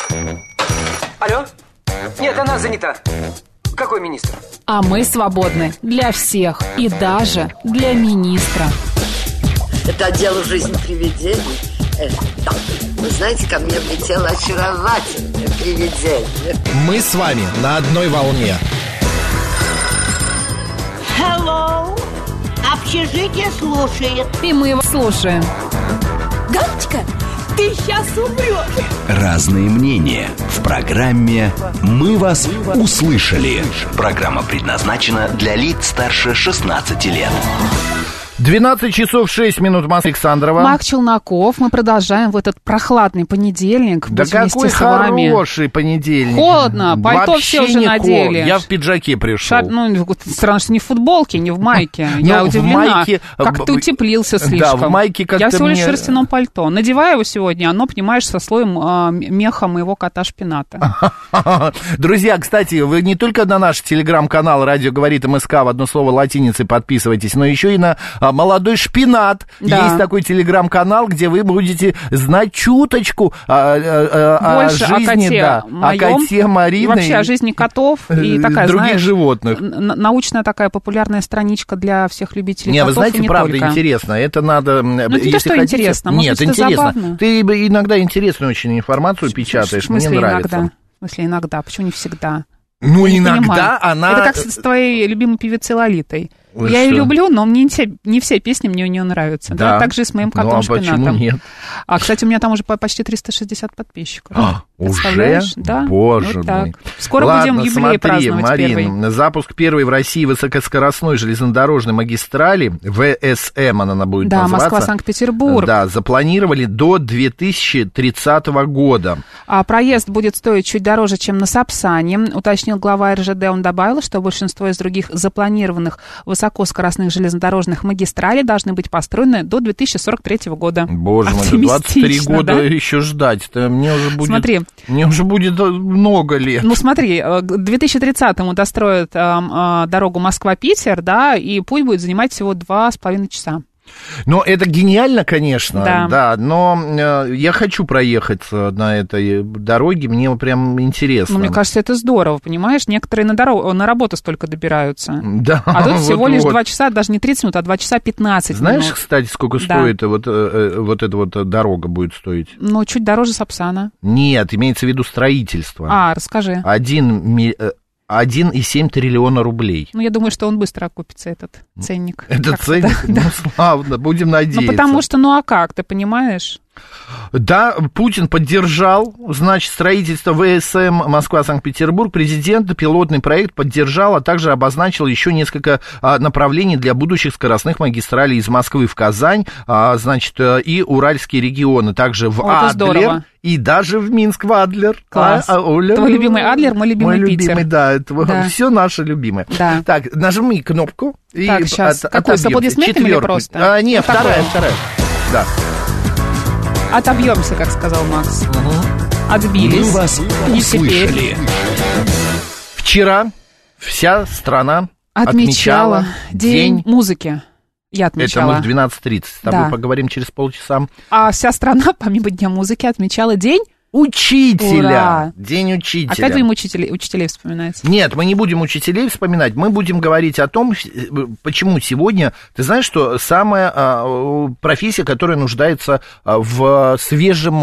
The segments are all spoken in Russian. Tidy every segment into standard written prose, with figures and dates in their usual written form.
Алло? Нет, она занята. Какой министр? А мы свободны для всех и даже для министра. Это отдел «Жизнь привидений». Да. Вы знаете, ко мне влетело очаровательное привидение. Мы с вами на одной волне. Hello. Общежитие слушает. И мы его слушаем. Галочка, ты сейчас умрешь. Разные мнения в программе «Мы вас услышали». Программа предназначена для лиц старше 16 лет. 12 часов 6 минут, Москва, Александрова. Мак Челноков. Мы продолжаем в этот прохладный понедельник. Да какой хороший понедельник. Холодно, пальто все уже надели. Я в пиджаке пришел. Странно, что не в футболке, не в майке. Я удивлена, как ты утеплился слишком. Да, в майке как-то я всего лишь в шерстяном пальто. Надеваю его сегодня, оно, понимаешь, со слоем меха моего кота Шпината. Друзья, кстати, вы не только на наш телеграм-канал «Радио говорит МСК» в одно слово латиницей подписывайтесь, но еще и на «Молодой Шпинат». Да. Есть такой телеграм-канал, где вы будете знать чуточку о жизни, о коте Марины. И вообще о жизни котов и такая, других знаешь, животных. Научная такая популярная страничка для всех любителей котов. Вы знаете, правда только. Интересно. Это надо... Ну, тебе что хотите... интересно? Нет, интересно. Забавно. Ты иногда интересную очень информацию печатаешь. Мне нравится. Иногда? В смысле, иногда? Почему не всегда? Ну, иногда она... Это как с твоей любимой певицей Лолитой. Я ее люблю, но мне не все песни мне у нее нравятся. Да. Так же и с моим котом Шпинатом. Почему нет? Кстати, у меня там уже почти 360 подписчиков. Уже? Да. Боже вот мой. Скоро будем юбилей праздновать, Марин, первый. Запуск первой в России высокоскоростной железнодорожной магистрали, ВСМ она будет называться. Да, Москва-Санкт-Петербург. Да, запланировали до 2030 года. Проезд будет стоить чуть дороже, чем на Сапсане, уточнил глава РЖД. Он добавил, что большинство из других запланированных высокоскоростных железнодорожных магистралей должны быть построены до 2043 года. Боже мой, 23 года еще ждать. Мне уже будет... Смотри. Мне уже будет много лет. Ну, смотри, к 2030-му достроят дорогу Москва-Питер, да, и путь будет занимать всего 2,5 часа. Ну, это гениально, конечно, да, но я хочу проехать на этой дороге, мне прям интересно. Ну, мне кажется, это здорово, понимаешь? Некоторые на работу столько добираются. Да. А тут всего лишь 2 часа, даже не 30 минут, а 2 часа 15 Знаешь, минут. кстати, сколько стоит вот эта вот дорога будет стоить? Ну, чуть дороже Сапсана. Нет, имеется в виду строительство. Расскажи. 1,7 триллиона рублей. Ну, я думаю, что он быстро окупится, этот ценник. Этот ценник? Да. Ну, славно, будем надеяться. Ну, потому что, как, ты понимаешь? Да, Путин поддержал, значит, строительство ВСМ Москва-Санкт-Петербург. Президент пилотный проект поддержал, а также обозначил еще несколько направлений для будущих скоростных магистралей из Москвы в Казань, значит, и Уральские регионы. Также в Адлер и даже в Минск в Адлер. Класс. Твой любимый Адлер, мой любимый Питер. Любимый, да, все наше любимое. Да. Так, нажми кнопку. Так, сейчас. Какой, с аплодисментами или просто? Нет, вторая. Да. Отобьемся, как сказал Макс. Отбились. Мы вас услышали. Вчера вся страна отмечала День музыки. Я отмечала. Это мы в 12:30 с тобой поговорим через полчаса. А вся страна, помимо Дня музыки, отмечала День учителя. Ура. День учителя. Опять будем учителей вспоминать? Нет, мы не будем учителей вспоминать. Мы будем говорить о том, почему сегодня... Ты знаешь, что самая профессия, которая нуждается в свежем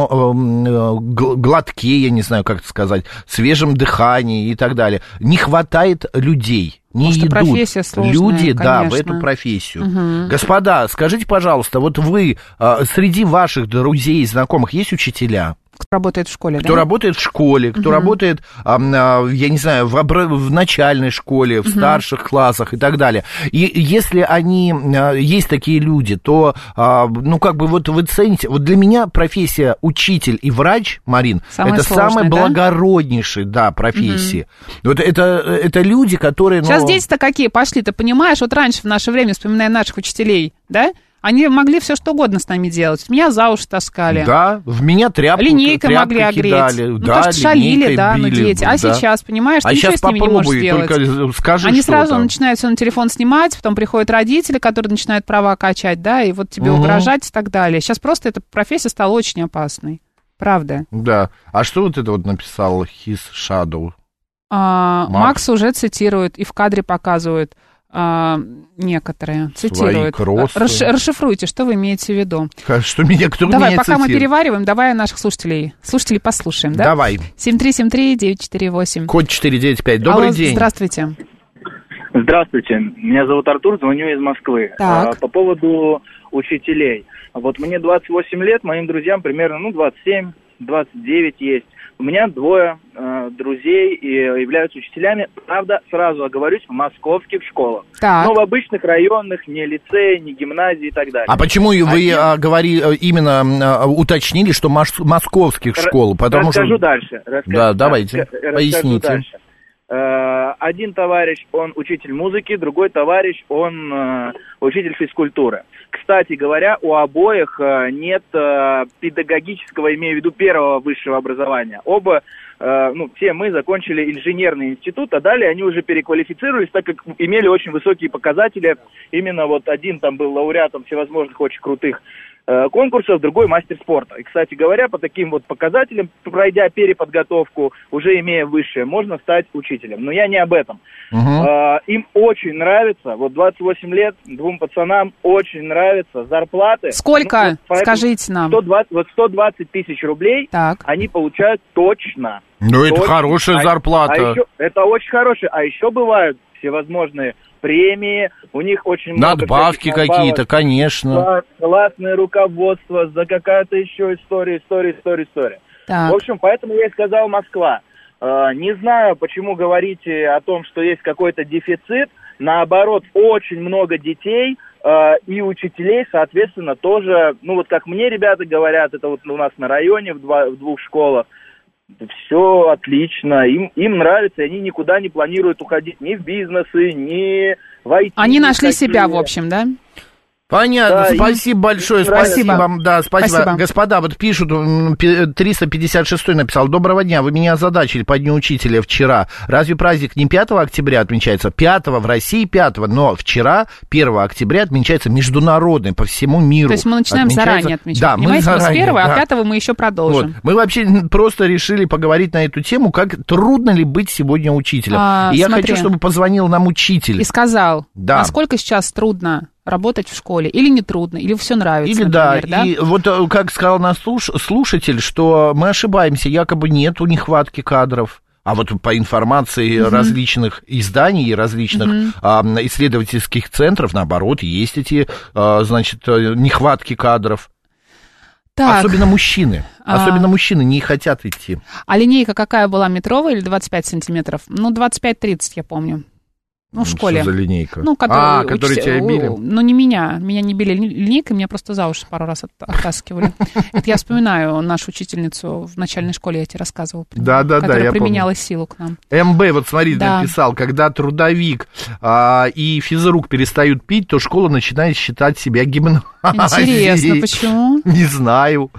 глотке, я не знаю, как это сказать, свежем дыхании и так далее. Не хватает людей. Не идут профессия сложная, люди, конечно. в эту профессию. Господа, скажите, пожалуйста, вот вы, среди ваших друзей и знакомых есть учителя? Кто работает в школе, Кто работает в школе, кто работает, я не знаю, в начальной школе, в старших классах и так далее. И если они, есть такие люди, то, вот вы цените... Вот для меня профессия учитель и врач, Марин, это самая благороднейшая, профессии. Вот это люди, которые... Сейчас дети-то какие пошли, ты понимаешь? Вот раньше, в наше время, вспоминая наших учителей, да? Они могли все что угодно с нами делать. Меня за уши таскали. Да, в меня линейкой могли огреть. Кидали. Потому что шалили, дети. А сейчас, понимаешь, ты ничего с ними не можешь делать. Только скажи, они что сразу там. начинают все на телефон снимать, потом приходят родители, которые начинают права качать, и вот тебе угрожать и так далее. Сейчас просто эта профессия стала очень опасной. Правда. Да. А что вот это вот написал His Shadow? Макс уже цитирует и в кадре показывают некоторые. Цитируют. Расшифруйте, что вы имеете в виду. Что меня кто Давай, меня пока цитирует? мы перевариваем, давай наших слушателей послушаем, да? Давай. 7373948. Код 495. Добрый день. Здравствуйте. Здравствуйте, меня зовут Артур, звоню из Москвы. Так. По поводу учителей. Вот мне 28 лет, моим друзьям примерно 27-29 есть. У меня двое друзей и являются учителями, правда, сразу оговорюсь, в московских школах. Так. Но в обычных районных, не лицеи, не гимназии и так далее. А почему вы именно уточнили, что московских школ? Потому расскажу что... дальше. Да, давайте, поясните. Дальше. Один товарищ, он учитель музыки, другой товарищ, он учитель физкультуры. Кстати говоря, у обоих нет педагогического, имею в виду, первого высшего образования. Оба, все мы закончили инженерный институт, а далее они уже переквалифицировались, так как имели очень высокие показатели. Именно вот один там был лауреатом всевозможных очень крутых конкурсов, другой мастер спорта. И, кстати говоря, по таким вот показателям, пройдя переподготовку, уже имея высшее, можно стать учителем. Но я не об этом. Им очень нравится, вот 28 лет, двум пацанам очень нравится зарплаты. Сколько? Скажите нам. 120 тысяч рублей так. Они получают точно. Это хорошая зарплата. Это очень хорошая. А еще бывают всевозможные премии, у них очень много... Надбавки какие-то, конечно. Классное руководство, за какая-то еще история. Так. В общем, поэтому я и сказал Москва. Не знаю, почему говорите о том, что есть какой-то дефицит. Наоборот, очень много детей и учителей, соответственно, тоже... как мне ребята говорят, это вот у нас на районе в двух школах. Все отлично, им нравится, и они никуда не планируют уходить ни в бизнесы, ни в IT. Они нашли себя, в общем, да? Понятно, Да, спасибо большое, спасибо вам, да, спасибо. Господа, вот пишут, 356 написал: доброго дня, вы меня озадачили по Дню Учителя вчера. Разве праздник не 5 октября отмечается? 5 в России 5, но вчера, 1 октября, отмечается международный по всему миру. То есть мы начинаем заранее отмечать. Да, мы заранее, с 1, да. А 5 мы еще продолжим. Вот. Мы вообще просто решили поговорить на эту тему, как трудно ли быть сегодня учителем. И я хочу, чтобы позвонил нам учитель. И сказал, да. Насколько сейчас трудно работать в школе, или не трудно, или все нравится, или например, да, и вот как сказал наш слушатель, что мы ошибаемся, якобы нету нехватки кадров. А вот по информации различных изданий и различных исследовательских центров, наоборот, есть эти, нехватки кадров. Так. Особенно мужчины не хотят идти. А линейка какая была, метровая или 25 сантиметров? 25-30, я помню. В школе. Что за линейка? Которые тебя били? Не меня. Меня не били линейкой, меня просто за уши пару раз оттаскивали. Это я вспоминаю нашу учительницу в начальной школе, я тебе рассказывала. Которая применяла силу к нам. МБ, вот смотрите, написал: когда трудовик и физрук перестают пить, то школа начинает считать себя гимназией. Интересно, почему? Не знаю.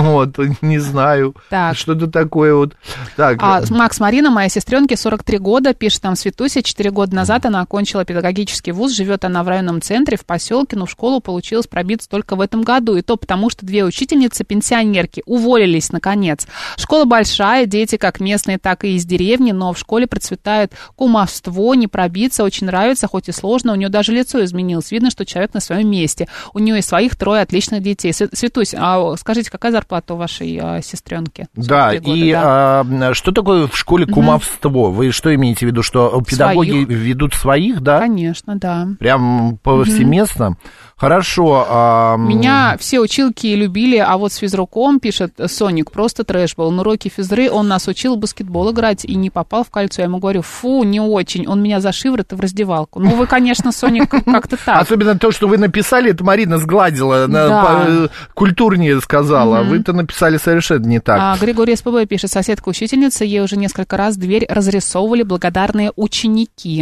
Не знаю. Так. Что-то такое вот. Так. Макс, Марина, моя сестренке 43 года, пишет нам Светуся. 4 года назад она окончила педагогический вуз, живет она в районном центре, в поселке, но в школу получилось пробиться только в этом году. И то потому, что 2 учительницы-пенсионерки уволились, наконец. Школа большая, дети как местные, так и из деревни, но в школе процветает кумовство, не пробиться, очень нравится, хоть и сложно. У нее даже лицо изменилось. Видно, что человек на своем месте. У нее и своих 3 отличных детей. Светусь, скажите, какая зарплата у вашей сестренки? Да, и что такое в школе кумовство? Вы что имеете в виду, что педагоги ведут своих, да? Конечно, да. Прям повсеместно? Хорошо. Меня все училки любили, а вот с физруком, пишет Соник, просто трэш был. На уроке физры он нас учил в баскетбол играть и не попал в кольцо. Я ему говорю: фу, не очень. Он меня за шиворот и в раздевалку. Вы, конечно, Соник, как-то так. Особенно то, что вы написали, это Марина сгладила, культурнее сказала. Вы-то написали совершенно не так. Григорий СПБ пишет: соседка-учительница, ей уже несколько раз дверь разрисовывали благодарные ученики.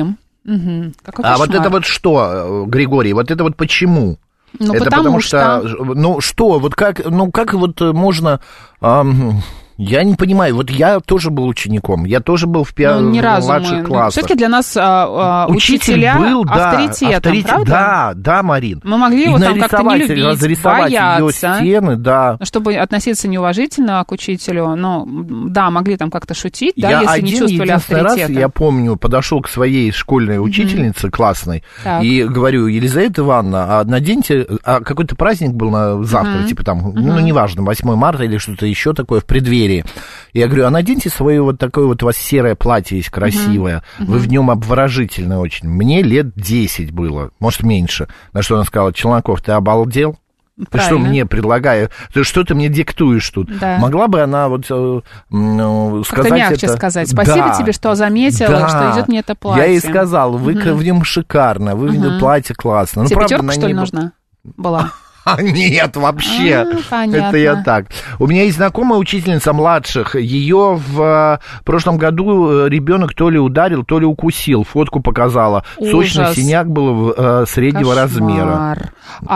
Вот это вот что, Григорий, вот это вот почему? Это потому что... вот как вот можно... Я не понимаю, вот я тоже был учеником, я тоже был в младших классах. Все-таки для нас учителя был, авторитетом, правда? Да, Марин. Мы могли его там как-то не любить, разрисовать ее стены, да. Чтобы относиться неуважительно к учителю, но, да, могли там как-то шутить, да, я если не чувствовали авторитета. Раз, я помню, подошел к своей школьной учительнице классной и говорю: Елизавета Ивановна, наденьте, какой-то праздник был на завтра, типа там, ну, неважно, 8 марта или что-то еще такое в преддверии. Я говорю: наденьте свое вот такое вот, у вас серое платье есть красивое, вы в нем обворожительны очень. Мне лет 10 было, может, меньше. На что она сказала: Челноков, ты обалдел? Ты что мне предлагаешь? Ты что ты мне диктуешь тут? Да. Могла бы она вот сказать как-то мягче сказать. Спасибо тебе, что заметила, что идет мне это платье. Я ей сказал: вы в нем шикарно, вы в нем платье классно. Тебе пятерка, что ли, нужна была? Нет, вообще. Это я так. У меня есть знакомая учительница младших. Ее в прошлом году ребенок то ли ударил, то ли укусил. Фотку показала. Сочный синяк был среднего размера.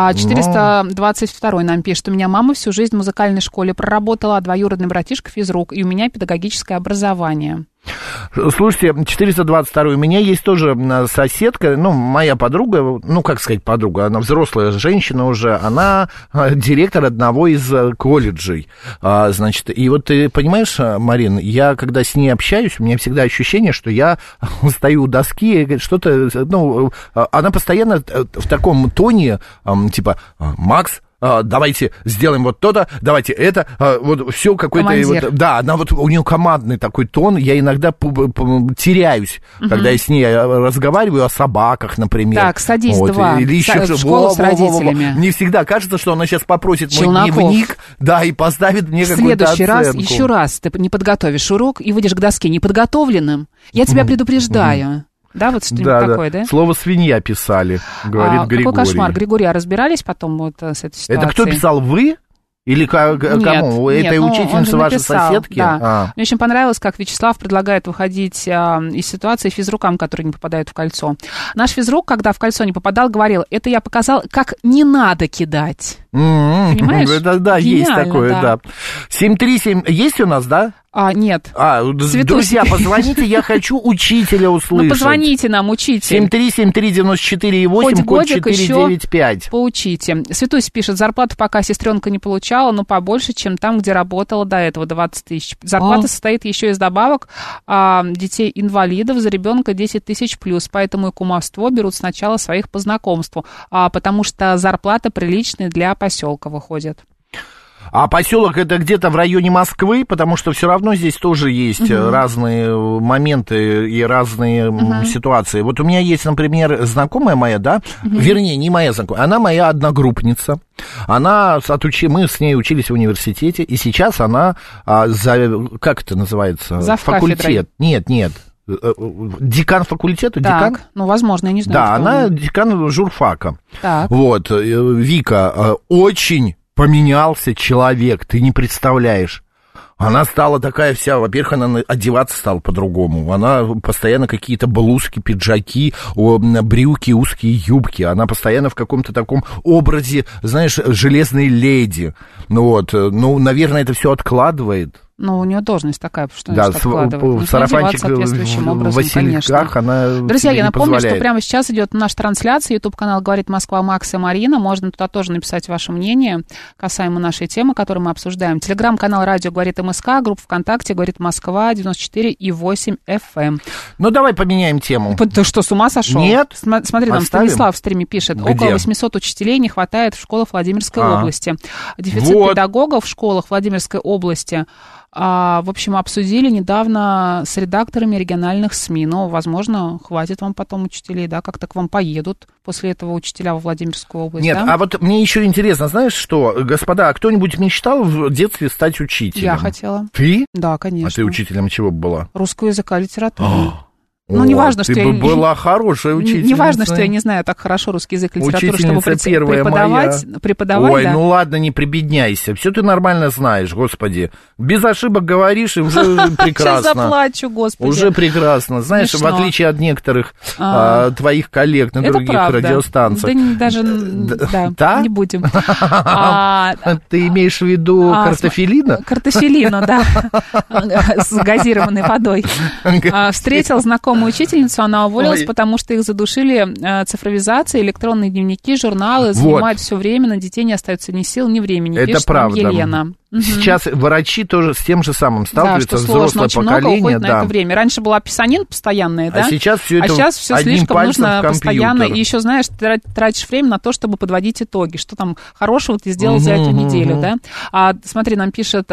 422 нам пишет: у меня мама всю жизнь в музыкальной школе проработала, а двоюродный братишка физрук, и у меня педагогическое образование. Слушайте, 422 у меня есть тоже соседка, ну, моя подруга, ну, как сказать подруга, она взрослая женщина уже, она директор одного из колледжей, значит, и вот ты понимаешь, Марин, я когда с ней общаюсь, у меня всегда ощущение, что я стою у доски, что-то, ну, она постоянно в таком тоне, типа: Макс, давайте сделаем вот то-то, давайте это, вот все какой-то... Вот, да, она вот, у нее командный такой тон, я иногда теряюсь, когда я с ней разговариваю о собаках, например. Так, садись, вот, два, или еще в школу с родителями. Мне всегда кажется, что она сейчас попросит Челноков. Мой дневник, да, и поставит мне какую-то оценку. В следующий раз, еще раз ты не подготовишь урок и выйдешь к доске неподготовленным, я тебя предупреждаю. Да, вот что-нибудь такое, да? Слово «свинья» писали, говорит Григорий. Какой кошмар. Григорий, а разбирались потом вот с этой ситуацией? Это кто писал, вы? Или кому? Это учительница вашей соседки? Да. Мне очень понравилось, как Вячеслав предлагает выходить из ситуации физрукам, которые не попадают в кольцо. Наш физрук, когда в кольцо не попадал, говорил: это я показал, как не надо кидать. Понимаешь? Да, есть такое, да. 737 есть у нас, да? Нет. Друзья, позвоните, я хочу учителя услышать. Ну, позвоните нам, учитель. 7373948, код 495. Поучите. Святусь пишет: зарплату пока сестренка не получала, но побольше, чем там, где работала до этого, 20 тысяч. Зарплата состоит еще из добавок детей-инвалидов, за ребенка 10 тысяч плюс, поэтому и кумовство берут сначала своих по знакомству, потому что зарплата приличная для поселка выходит. А поселок это где-то в районе Москвы, потому что все равно здесь тоже есть разные моменты и разные ситуации. Вот у меня есть, например, знакомая моя, да, вернее, не моя знакомая, она моя одногруппница. Она мы с ней учились в университете, и сейчас она как это называется? Факультет. Нет. Декан факультета, так, декан? Ну, возможно, я не знаю. Да, она декан журфака. Так. Вот, Вика, очень поменялся человек, ты не представляешь. Она стала такая вся, во-первых, она одеваться стала по-другому. Она постоянно какие-то блузки, пиджаки, брюки, узкие юбки. Она постоянно в каком-то таком образе, знаешь, железной леди. Ну, наверное, это все откладывает. Ну, у нее должность такая, что да, откладывает. Сарафанчик соответствующим образом, в Васильках, она Друзья, я напомню, позволяет. что прямо сейчас идет наша трансляция, YouTube-канал «Говорит Москва», Макс и Марина. Можно туда тоже написать ваше мнение касаемо нашей темы, которую мы обсуждаем. Телеграм-канал «Радио говорит МСК», группа ВКонтакте «Говорит Москва», 94,8 FM. Ну, давай поменяем тему. Ты что, с ума сошел? Нет. Смотри, там Станислав в стриме пишет: где? Около 800 учителей не хватает в школах Владимирской области. Дефицит педагогов в школах Владимирской области. В общем, обсудили недавно с редакторами региональных СМИ. Но, возможно, хватит вам потом учителей, да, как-то к вам поедут после этого учителя во Владимирскую область. Нет, да? А вот мне еще интересно, знаешь что, господа, а кто-нибудь мечтал в детстве стать учителем? Я хотела. Ты? Да, конечно. А ты учителем чего была? Русского языка и литературы. Ну, неважно, что ты я... была хорошая учительница. Неважно, что я не знаю так хорошо русский язык и литературу, чтобы преподавать. Ой, да. ну ладно, не прибедняйся. Все ты нормально знаешь, господи. Без ошибок говоришь, и уже прекрасно. Сейчас заплачу, господи. Уже прекрасно. Знаешь, смешно. В отличие от некоторых твоих коллег на других радиостанциях. Да, даже не будем. Ты имеешь в виду картофелина? Картофелину, да, с газированной водой. Встретил знакомую учительницу, она уволилась, потому что их задушили цифровизация, электронные дневники, журналы, занимают все время, на детей не остается ни сил, ни времени. Это пишет правда. Елена. Сейчас врачи тоже с тем же самым сталкиваются, да, что взрослое сложно, поколение. очень много уходит на это время. Раньше была писанина постоянная, да? А сейчас все это сейчас все одним слишком пальцем нужно в компьютер. постоянно. И еще, знаешь, ты тратишь время на то, чтобы подводить итоги. Что там хорошего ты сделал за эту неделю, да? Смотри, нам пишет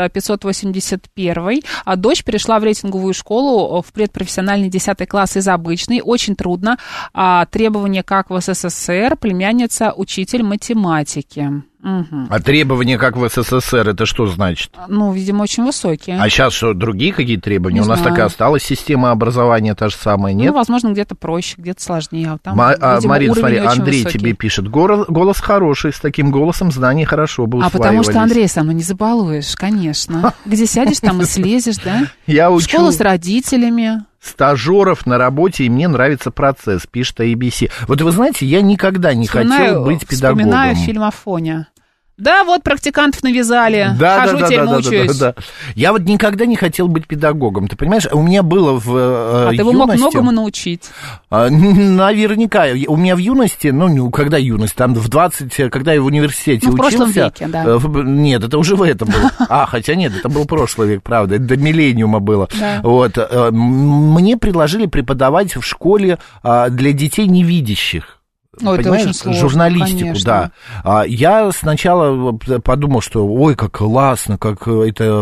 581-й. Дочь перешла в рейтинговую школу в предпрофессиональный 10 класс из обычной. Очень трудно. Требования как в СССР. Племянница учитель математики. Угу. А требования, как в СССР, это что значит? Ну, видимо, очень высокие. А сейчас что, другие какие требования? Не У нас знаю. такая осталась система образования, та же самая, нет? Ну, возможно, где-то проще, где-то сложнее. А там, Марин, смотри, Андрей высокий. тебе пишет, голос хороший, с таким голосом знания хорошо бы усваивались. А потому что, Андрей, со мной не забалуешь, конечно. Где сядешь, там и слезешь, да? Я учу... В школу с родителями. Стажеров на работе, и мне нравится процесс, пишет ABC. Вот вы знаете, я никогда не хотел быть педагогом. Вспоминаю фильм «Афоня». Да, вот практикантов навязали. Хожу, теперь мучаюсь. Да. Я вот никогда не хотел быть педагогом. Ты понимаешь, у меня было в юности... ты его мог многому научить. Наверняка. У меня в юности, ну, когда юность, там в 20, когда я в университете учился... в прошлом веке, да. Нет, это уже в этом было. Хотя нет, это был прошлый век, правда. Это до миллениума было. Да. Вот. Мне предложили преподавать в школе для детей невидящих. Ой, понимаешь, это очень сложно, журналистику, конечно. да. Я сначала подумал, что ой, как классно, как это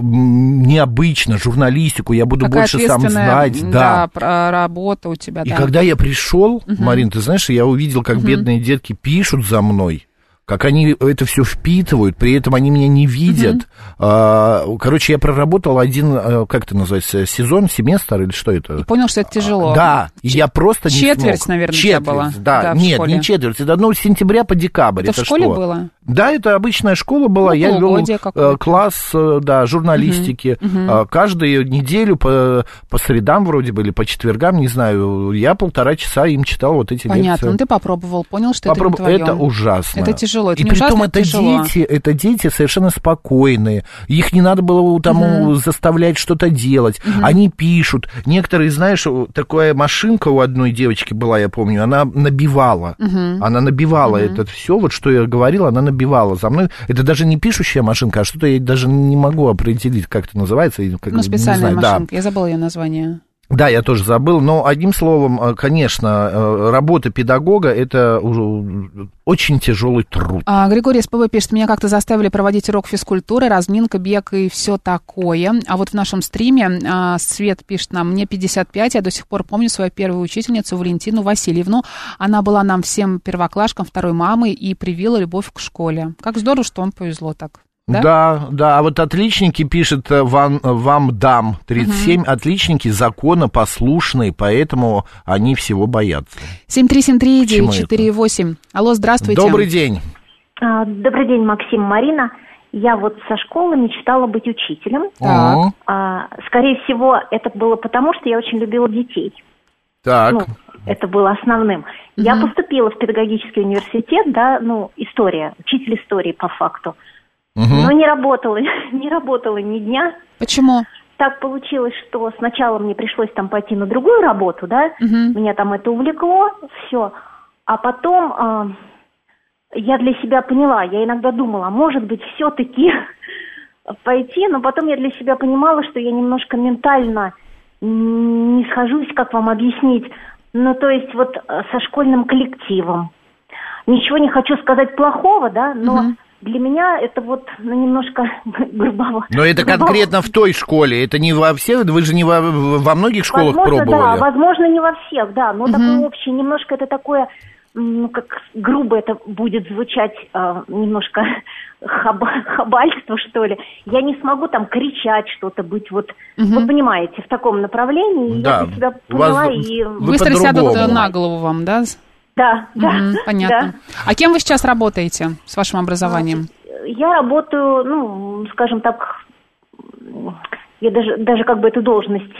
необычно, журналистику, я буду какая больше сам знать. Да, работа у тебя, И да. когда я пришел, Марин, ты знаешь, я увидел, как бедные детки пишут за мной, как они это все впитывают, при этом они меня не видят. Короче, я проработал один, как это называется, сезон, семестр или что это? И понял, что это тяжело. Да, я просто не смог. Четверть, наверное, у тебя была. Да, нет, школе. Не четверть, это с сентября по декабрь. Это в школе было? Да, это обычная школа была, я вел класс, да, журналистики. Каждую неделю по средам вроде бы, или по четвергам, не знаю, я 1,5 часа им читал вот эти лекции. Понятно, ну ты попробовал, понял, что это не твоё. Это ужасно. Это тяжело, это и не притом ужасно, это тяжело. Это дети совершенно спокойные, их не надо было там заставлять что-то делать, они пишут. Некоторые, знаешь, такая машинка у одной девочки была, я помню, она набивала, это все, вот что я говорил, она набивала за мной. Это даже не пишущая машинка, а что-то я даже не могу определить, как это называется. Специальная машинка, да. Я забыла ее название. Да, я тоже забыл, но одним словом, конечно, работа педагога – это очень тяжелый труд. Григорий СПВ пишет, меня как-то заставили проводить урок физкультуры, разминка, бег и все такое. А вот в нашем стриме Свет пишет нам, мне 55, я до сих пор помню свою первую учительницу Валентину Васильевну. Она была нам всем первоклашкам второй мамой и привила любовь к школе. Как здорово, что вам повезло так. Да, а вот отличники, пишет вам дам 37, отличники законопослушные, поэтому они всего боятся. 7373948. Алло, здравствуйте. Добрый день. Добрый день, Максим, Марина. Я вот со школы мечтала быть учителем. Так. Скорее всего, это было потому, что я очень любила детей. Так. Это было основным. Я поступила в педагогический университет, история, учитель истории по факту. Но не работала ни дня. Почему? Так получилось, что сначала мне пришлось там пойти на другую работу, да, меня там это увлекло, все. А потом я для себя поняла, я иногда думала, может быть, все-таки пойти, но потом я для себя понимала, что я немножко ментально не схожусь, как вам объяснить, то есть вот со школьным коллективом. Ничего не хочу сказать плохого, да, но... Для меня это вот немножко грубово. Но это конкретно в той школе, это не во всех, вы же не во многих школах возможно, пробовали? Да, возможно, не во всех, да, но такое общее, немножко это такое как грубо это будет звучать, немножко хабальство, что ли. Я не смогу там кричать что-то, быть вот, вы понимаете, в таком направлении. Да. Я для себя поняла и... Быстро сядут на голову вам, да? Да. Понятно. Да. А кем вы сейчас работаете с вашим образованием? Я работаю, скажем так, я даже как бы эту должность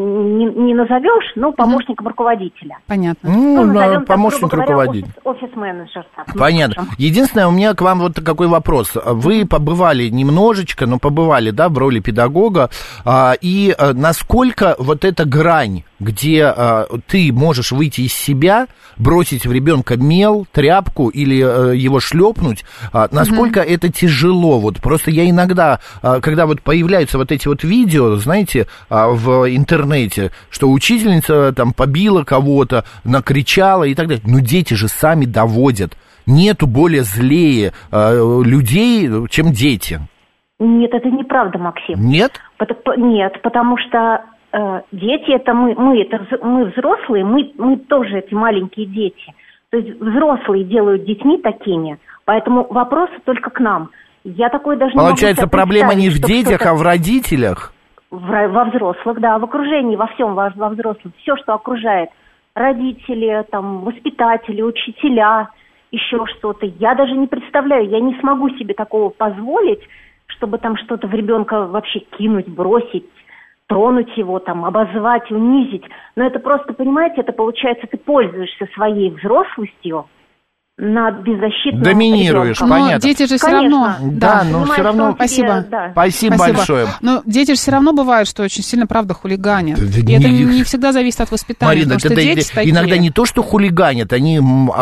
не назовешь, но помощником руководителя. Понятно. Назовем, помощник руководителя. Офис-менеджер. Понятно. Единственное, у меня к вам вот какой вопрос. Вы побывали немножечко, но побывали, да, в роли педагога, и насколько вот эта грань, где ты можешь выйти из себя, бросить в ребенка мел, тряпку или его шлепнуть, насколько это тяжело? Вот просто я иногда, когда вот появляются вот эти вот видео, знаете, в интернете, что учительница там побила кого-то, накричала и так далее, но дети же сами доводят. Нету более злее людей, чем дети. Нет, это неправда, Максим. Нет? Нет, потому что дети это мы взрослые, мы тоже эти маленькие дети. То есть взрослые делают детьми такими, поэтому вопросы только к нам. Я такое даже Получается, не могу проблема не в детях, что-то... а в родителях? Во взрослых, да, в окружении, во всем, во взрослых. Все, что окружает. Родители, там, воспитатели, учителя, еще что-то. Я даже не представляю, я не смогу себе такого позволить, чтобы там что-то в ребенка вообще кинуть, бросить, тронуть его, там, обозвать, унизить. Но это просто, понимаете, это получается, ты пользуешься своей взрослостью над беззащитным доминируешь, ребенком. понятно. Но дети же все Конечно. равно... Да, но все равно... Спасибо. Спасибо большое. Но дети же все равно бывают, что очень сильно, правда, хулиганят. Да, и это не всегда зависит от воспитания. Марина, потому что дети такие... иногда не то, что хулиганят, они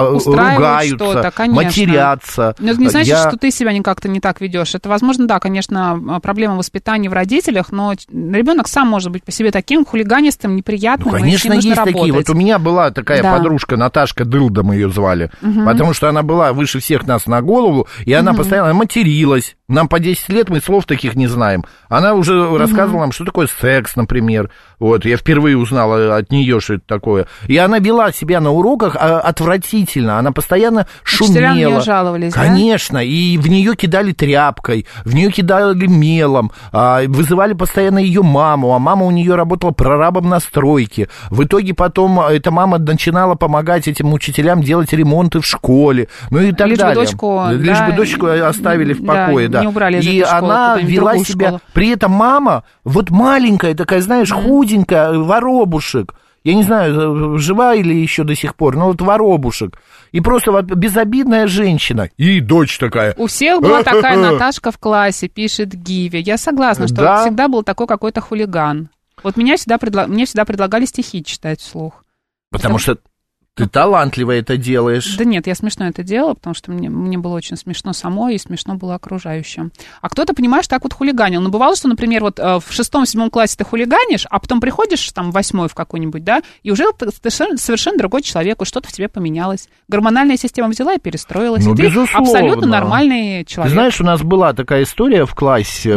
ругаются, матерятся. Но это не значит, что ты себя как-то не так ведешь. Это, возможно, да, конечно, проблема воспитания в родителях, но ребенок сам может быть по себе таким хулиганистым, неприятным. Ну, конечно, есть такие. Вот у меня была такая подружка, Наташка Дылда, мы ее звали, потому что она была выше всех нас на голову, и она постоянно материлась. Нам по 10 лет, мы слов таких не знаем. Она уже рассказывала нам, что такое секс, например. Вот, я впервые узнала от нее, что это такое. И она вела себя на уроках отвратительно. Она постоянно шумела. Учителя на нее жаловались, конечно, да? И в нее кидали тряпкой, в нее кидали мелом, вызывали постоянно ее маму, а мама у нее работала прорабом на стройке. В итоге потом эта мама начинала помогать этим учителям делать ремонты в школе, ну и так далее. Лишь бы дочку оставили в покое, да. Не убрали из и этой школы, она вела себя... Школу. При этом мама, вот маленькая такая, знаешь, худенькая, воробушек. Я не знаю, жива или еще до сих пор, но вот воробушек. И просто вот безобидная женщина. И дочь такая. У всех была такая Наташка в классе, пишет Гиви. Я согласна, что всегда был такой какой-то хулиган. Вот мне всегда предлагали стихи читать вслух. Потому что ты талантливо это делаешь. Да нет, я смешно это делала, потому что мне было очень смешно самой, и смешно было окружающим. А кто-то, понимаешь, так вот хулиганил. Но бывало, что, например, вот в 6-7 классе ты хулиганишь, а потом приходишь там в 8 в какой-нибудь, да, и уже ты совершенно другой человек, и что-то в тебе поменялось. Гормональная система взяла и перестроилась. Ну, и ты абсолютно нормальный человек. Ты знаешь, у нас была такая история в классе.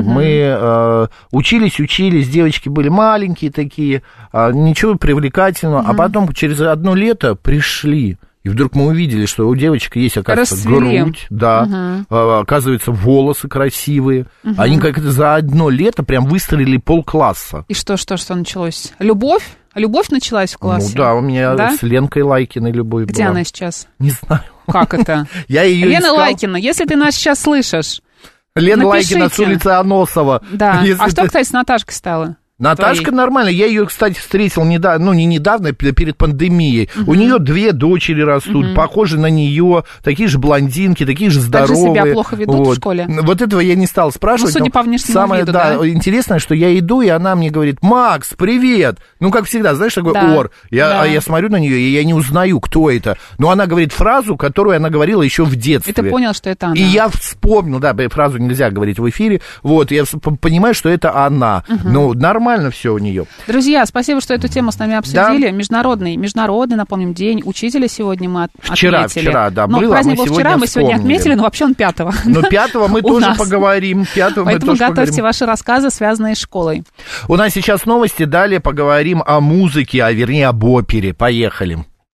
Мы учились, девочки были маленькие такие, ничего привлекательного, а потом через одно лето пришли, и вдруг мы увидели, что у девочек есть, оказывается, грудь, да, оказывается, волосы красивые. Они как-то за одно лето прям выстрелили полкласса. И что началось? Любовь? Любовь началась в классе? Ну да, у меня с Ленкой Лайкиной любовь Где была. она сейчас? Не знаю. Как это? Я ее Лена искал. Лайкина, если ты нас сейчас слышишь, Лена Лайкина с улицы Аносова. Да. А что, кстати, с Наташкой стало? Наташка нормально. Я ее, кстати, встретил недавно, ну, не недавно, перед пандемией. У нее 2 дочери растут, похожи на нее, такие же блондинки, такие же здоровые. Также себя плохо ведут в школе? Вот этого я не стал спрашивать. Ну, судя по внешнему самое, виду, да, интересное, что я иду, и она мне говорит: Макс, привет! Ну, как всегда, знаешь, такой ор. Я смотрю на нее, и я не узнаю, кто это. Но она говорит фразу, которую она говорила еще в детстве. И ты понял, что это она. И я вспомнил, да, фразу нельзя говорить в эфире, вот, я понимаю, что это она. Ну, нормально все у нее. Друзья, спасибо, что эту тему с нами обсудили. Да. Международный, напомним, день учителя сегодня мы отметили. Вчера, да, но было. Праздник был вчера, мы сегодня отметили, но вообще он 5-го. Но 5-го мы тоже поговорим. Поэтому готовьте ваши рассказы, связанные с школой. У нас сейчас новости, далее поговорим о музыке, вернее, об опере. Поехали.